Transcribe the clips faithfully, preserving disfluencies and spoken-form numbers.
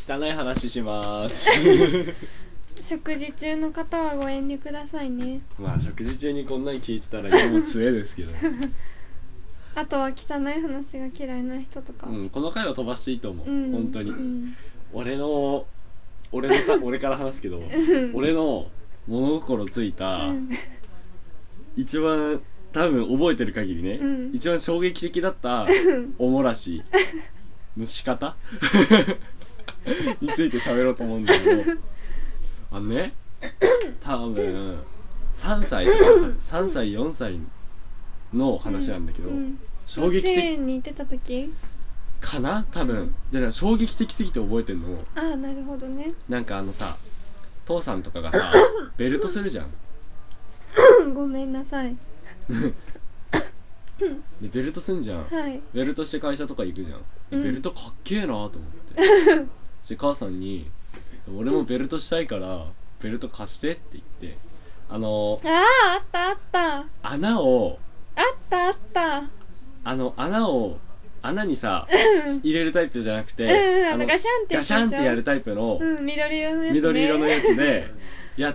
汚い話します食事中の方はご遠慮くださいね。 まあ食事中にこんなに聞いてたら今も杖ですけどあとは汚い話が嫌いな人とか、 うん、この回は飛ばしていいと思う、 うん、 本当に、 うん、 俺の俺のか俺から話すけど俺の物心ついた、うん、一番多分覚えてる限りね、うん、一番衝撃的だったおもらしの仕方について喋ろうと思うんだけど、あのね、多分さんさいとかさんさいよんさいの話なんだけど、うんうん、衝撃的幼稚園に行ってた時かな多分で、ね、衝撃的すぎて覚えてんの。 ああ、なるほどね。 なんかあのさ、父さんとかがさベルトするじゃんごめんなさいでベルトすんじゃん、 はい、 ベルトして会社とか行くじゃん、うん、ベルトかっけえなと思ってで母さんに俺もベルトしたいからベルト貸してって言って、あのー、 ああ、あったあった穴をあったあったあの穴を穴にさ入れるタイプじゃなくて、 うん、あのガシャンってガシャンってやるタイプの、 うん、緑色のやつ、ね、 緑色のやつでやって、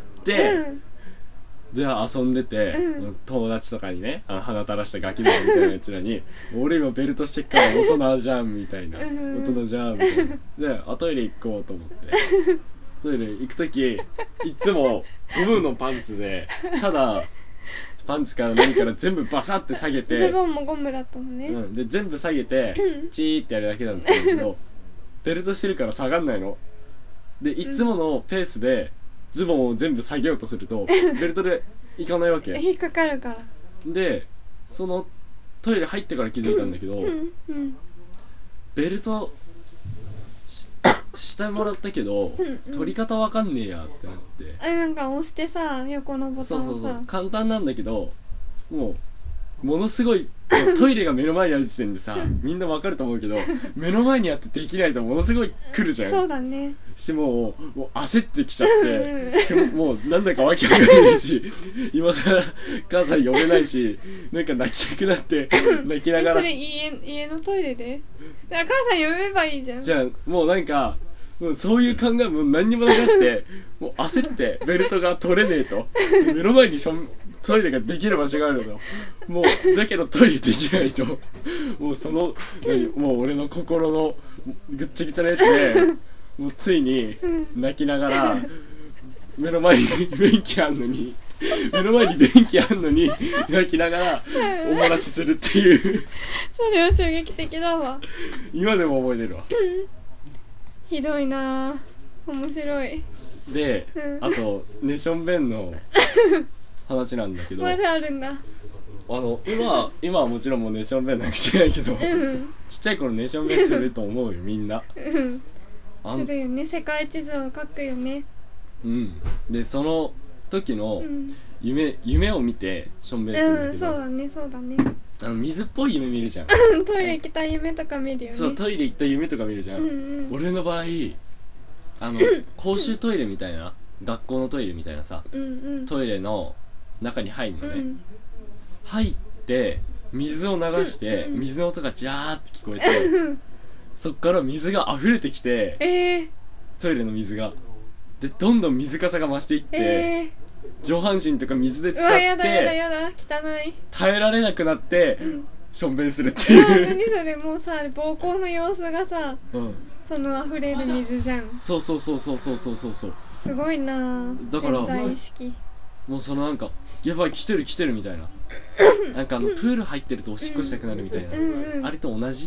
うんで遊んでて、うん、友達とかにね、あの鼻垂らしたガキのみたいなやつらに俺今ベルトしてっから大人じゃんみたいな、うん、大人じゃんみたいなで、あトイレ行こうと思ってトイレ行くときいつもゴムのパンツでただパンツから何から全部バサッて下げてズボンもゴムだったのね、 うん、で全部下げて、うん、チーってやるだけなんだけどベルトしてるから下がんないので、いつものペースでズボンを全部下げようとするとベルトでいかないわけ引っかかるからで、そのトイレ入ってから気づいたんだけど、うんうんうん、ベルト し, してもらったけど、うんうん、取り方わかんねえやってなって、 あれなんか押してさ、横のボタンをさ、そうそうそう、 簡単なんだけどもうものすごいトイレが目の前にある時点でさみんなわかると思うけど目の前にあってできないとものすごい来るじゃん。 そうだね。 してもう、もう焦ってきちゃってもうなんだかわけわかんないし今さら母さん呼べないしなんか泣きたくなって泣きながらそれ 家, 家のトイレで母さん呼べばいいじゃん。 じゃあもうなんかもうそういう考えも何にもなくなってもう焦ってベルトが取れねえと目の前にしょトイレができる場所があるのもうだけどトイレできないともうそのもう俺の心のぐっちゃぐちゃなやつでもうついに泣きながら目の前に便器あんのに目の前に便器あんのに泣きながらおもらしするっていうそれは衝撃的だわ。 今でも覚えてるわひどいな、面白い。 で、うん、あとネションベンの話なんだけどまだあるんだ。 あの 今, 今はもちろんもうネションベンなんかしてないけど、うん、ちっちゃい頃ネションベンすると思うよみんな、 うん、するよね。世界地図を描くよね。 うんでその時の夢、うん、夢を見てションベンするんだけど、 うん、そうだねそうだね。 あの水っぽい夢見るじゃんトイレ行きたい夢とか見るよね。 そうトイレ行った夢とか見るじゃん、うんうん、俺の場合あの公衆トイレみたいな学校のトイレみたいなさ、うんうん、トイレの中に入るのね、うん、入って水を流して、うん、水の音がジャーって聞こえてそっから水が溢れてきて、えー、トイレの水がでどんどん水かさが増していって、えー、上半身とか水で使ってやだやだやだ汚い耐えられなくなって、うん、しょんべんするっていう何それもうさ膀胱の様子がさ、うん、その溢れる水じゃん。 そうそうそうそうそうそうそうそうすごいなだから潜在意識もうそのなんかやばい来てる来てるみたいななんかあのプール入ってるとおしっこしたくなるみたいな、うんうん、あれと同じ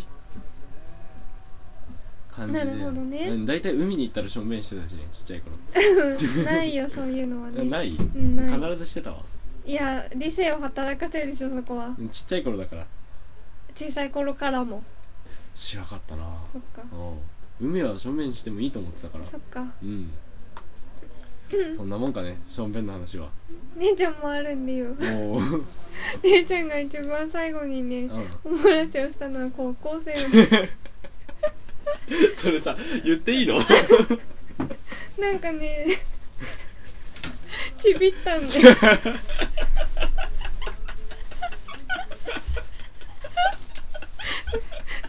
感じで。なるほどね。だいたい海に行ったらしょんべんしてたしねちっちゃい頃ないよそういうのはね。 ない、 うん、ない必ずしてたわ。いや理性を働かせるでしょそこは。 ちっちゃい頃だから。 小さい頃からも知らなかったな。 そっか、 うん、海はしょんべんしてもいいと思ってたから。 そっか、 うんそんなもんかね、しょんべんの話は。 姉ちゃんもあるんだよ。姉ちゃんが一番最後にね、うん、おもらしをしたのは高校生のそれさ、言っていいのなんかねちびったんだよ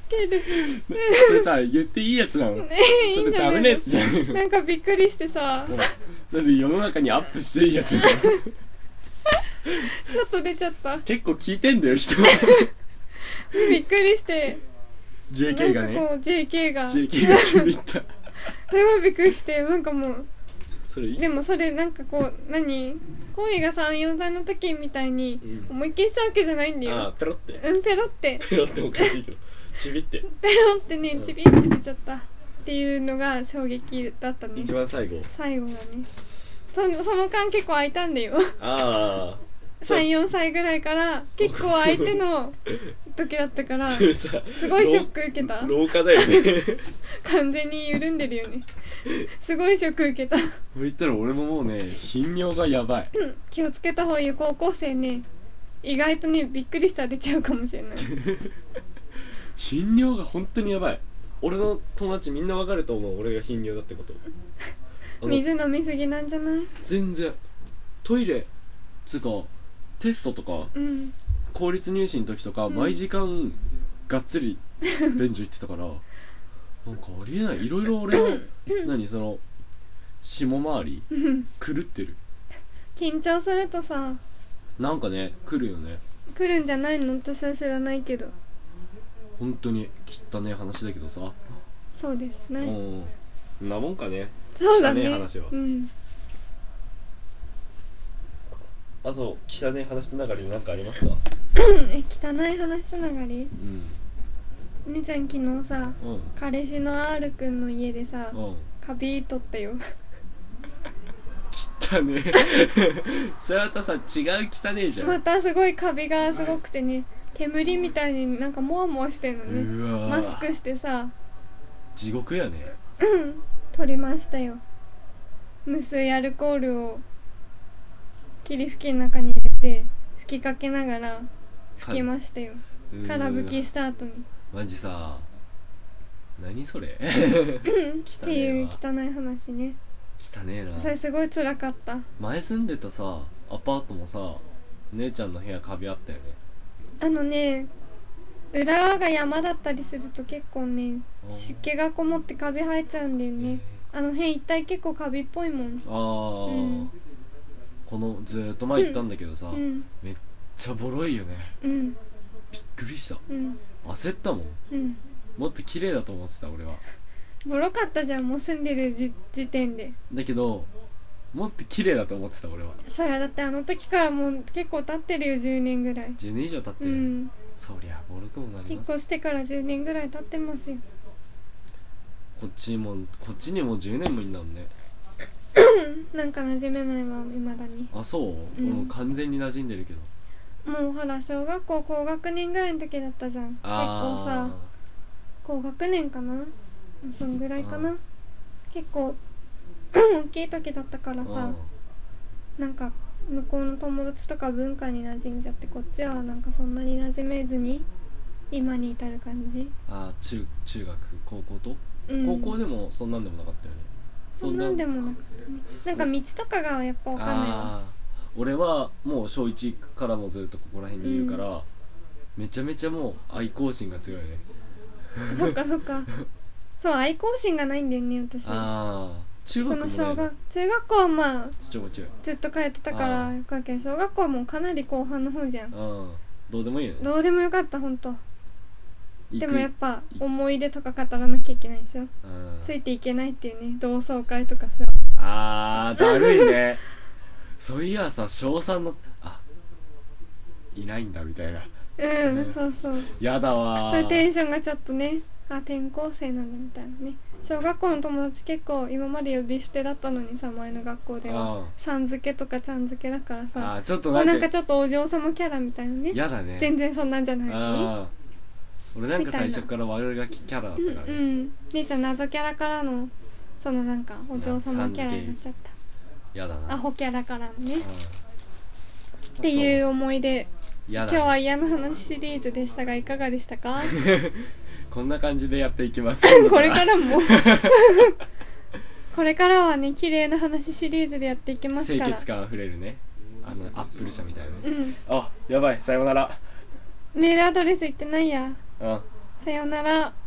けるそれさ言っていいやつなの？ ねいいそれんじゃないダメなやつじゃないの？ なんかびっくりしてさそれ世の中にアップしていいやつなの？ ちょっと出ちゃった結構聞いてんだよ人。 びっくりしてジェーケー がねなんかこう ジェーケー がジェーケー がちびった。 すごいびっくりしてなんかもうそれいつでもそれなんかこう何恋がさん、よんさいの時みたいにうん思いっきりしたわけじゃないんだああよ。 ペロってうんペロってペロっておかしいけどちびってペロってねうんちびって出ちゃったっていうのが衝撃だったね。 一番最後最後がねそのその間結構空いたんだよ。 ああさん、よんさいぐらいから結構相手の時だったからそれさすごいショック受けた。 廊下だよね。 完全に緩んでるよね。すごいショック受けた。 そう言ったら俺ももうね頻尿がやばい。 うん気をつけた方がいいよ高校生ね。意外とねびっくりしたら出ちゃうかもしれない。 頻尿が本当にやばい。俺の友達みんなわかると思う俺が頻尿だってこと。あの水飲みすぎなんじゃない？ 全然トイレつうかテストとかうん公立入試の時とか、 うん毎時間がっつり便所行ってたからなんかありえない。いろいろ俺の何その下回りうん狂ってる。 緊張するとさなんかね来るよね。 来るんじゃないの？私は知らないけど。 本当に汚ねえ話だけどさ。 そうですね。 うんなもんかね。 そうだね。 汚ねえ話はうんあと汚ねえ話つながりで何かありますか？ え汚い話つながり？ うん姉ちゃん昨日さうん彼氏の R くんの家でさうんカビ取ったよ。 汚ねえ。それまたさ違う汚ねえじゃん。 またすごいカビがすごくてね煙みたいになんかモワモワしてるのね。 うわーマスクしてさ地獄やね。 取りましたよ。無水アルコールを霧吹きの中に入れて吹きかけながら吹きましたよ。 うー空吹きした後にマジさ何それ。 っていう汚い話ね。 汚ねえな。 それすごい辛かった。 前住んでたさアパートもさ姉ちゃんの部屋カビあったよね。 あのね裏が山だったりすると結構ねうん湿気がこもってカビ生えちゃうんだよね。あの辺一帯結構カビっぽいもん。 ああ、 うんこのずーっと前行ったんだけどさ、 うんめっちゃボロいよね。 うんびっくりした。 うん焦ったもん。 うんもっと綺麗だと思ってた俺は。 ボロかったじゃんもう住んでるじ時点で。 だけどもっと綺麗だと思ってた俺は。 そりゃだってあの時からもう結構経ってるよじゅうねんぐらい。 じゅうねん以上経ってる、 うんそりゃボロくもなり引っます。 越してからじゅうねんぐらい経ってますよ。 こっちもこっちにもじゅうねんもいんだもんね。 なんか馴染めないわ未だに。 あそう、 うんもう完全に馴染んでるけど。 もうほら小学校高学年ぐらいの時だったじゃん。結構さあ高学年かなそんぐらいかな。 うん結構大きい時だったからーさなんか向こうの友達とか文化に馴染んじゃってこっちはなんかそんなに馴染めずに今に至る感じ。 あー中中学高校と、 うん高校でもそんなんでもなかったよね。 そんなんでもなかったね。なんか道とかがやっぱわかんないわ。 あー俺はもう小いちからもずっとここら辺にいるから、 うめちゃめちゃもう愛好心が強いね。 そっかそっかそう愛好心がないんだよね私。 ああ中そ学もねの小学中学校はまあちょこちょいずっと通ってたからあーよかったけど小学校はもうかなり後半の方じゃん。 うんどうでもいいよね。 どうでもよかったほんと。 行くでもやっぱ思い出とか語らなきゃいけないでしょ。 うんついていけないっていうね同窓会とかさ。 あーだるいね。そういやさ小さんのあいないんだみたいな。 うん、 ねそうそうやだわー。 そういうテンションがちょっとねあ転校生なんだみたいなね。小学校の友達結構今まで呼び捨てだったのにさ前の学校ではあさん付けとかちゃん付けだからあさーちょっともうなんんなかかちょっとお嬢様キャラみたいなね。 やだね。 全然そんなんじゃないのああ俺なんかみたいな最初から悪ガキキャラだったにからね。 うんうん姉ちゃん謎キャラからのそのなんかお嬢様キャラになっちゃっやだな。 たアホキャラからのねうんっていう思い出。 やだね今日は嫌な話シリーズでしたがいかがでしたか？ こんな感じでやっていきます。 これからもこれからはね綺麗な話シリーズでやっていきますから。 清潔感あふれるねあのアップル社みたいなね。 うんあやばいさようなら。 メールアドレス言ってないや。 うんささようなら。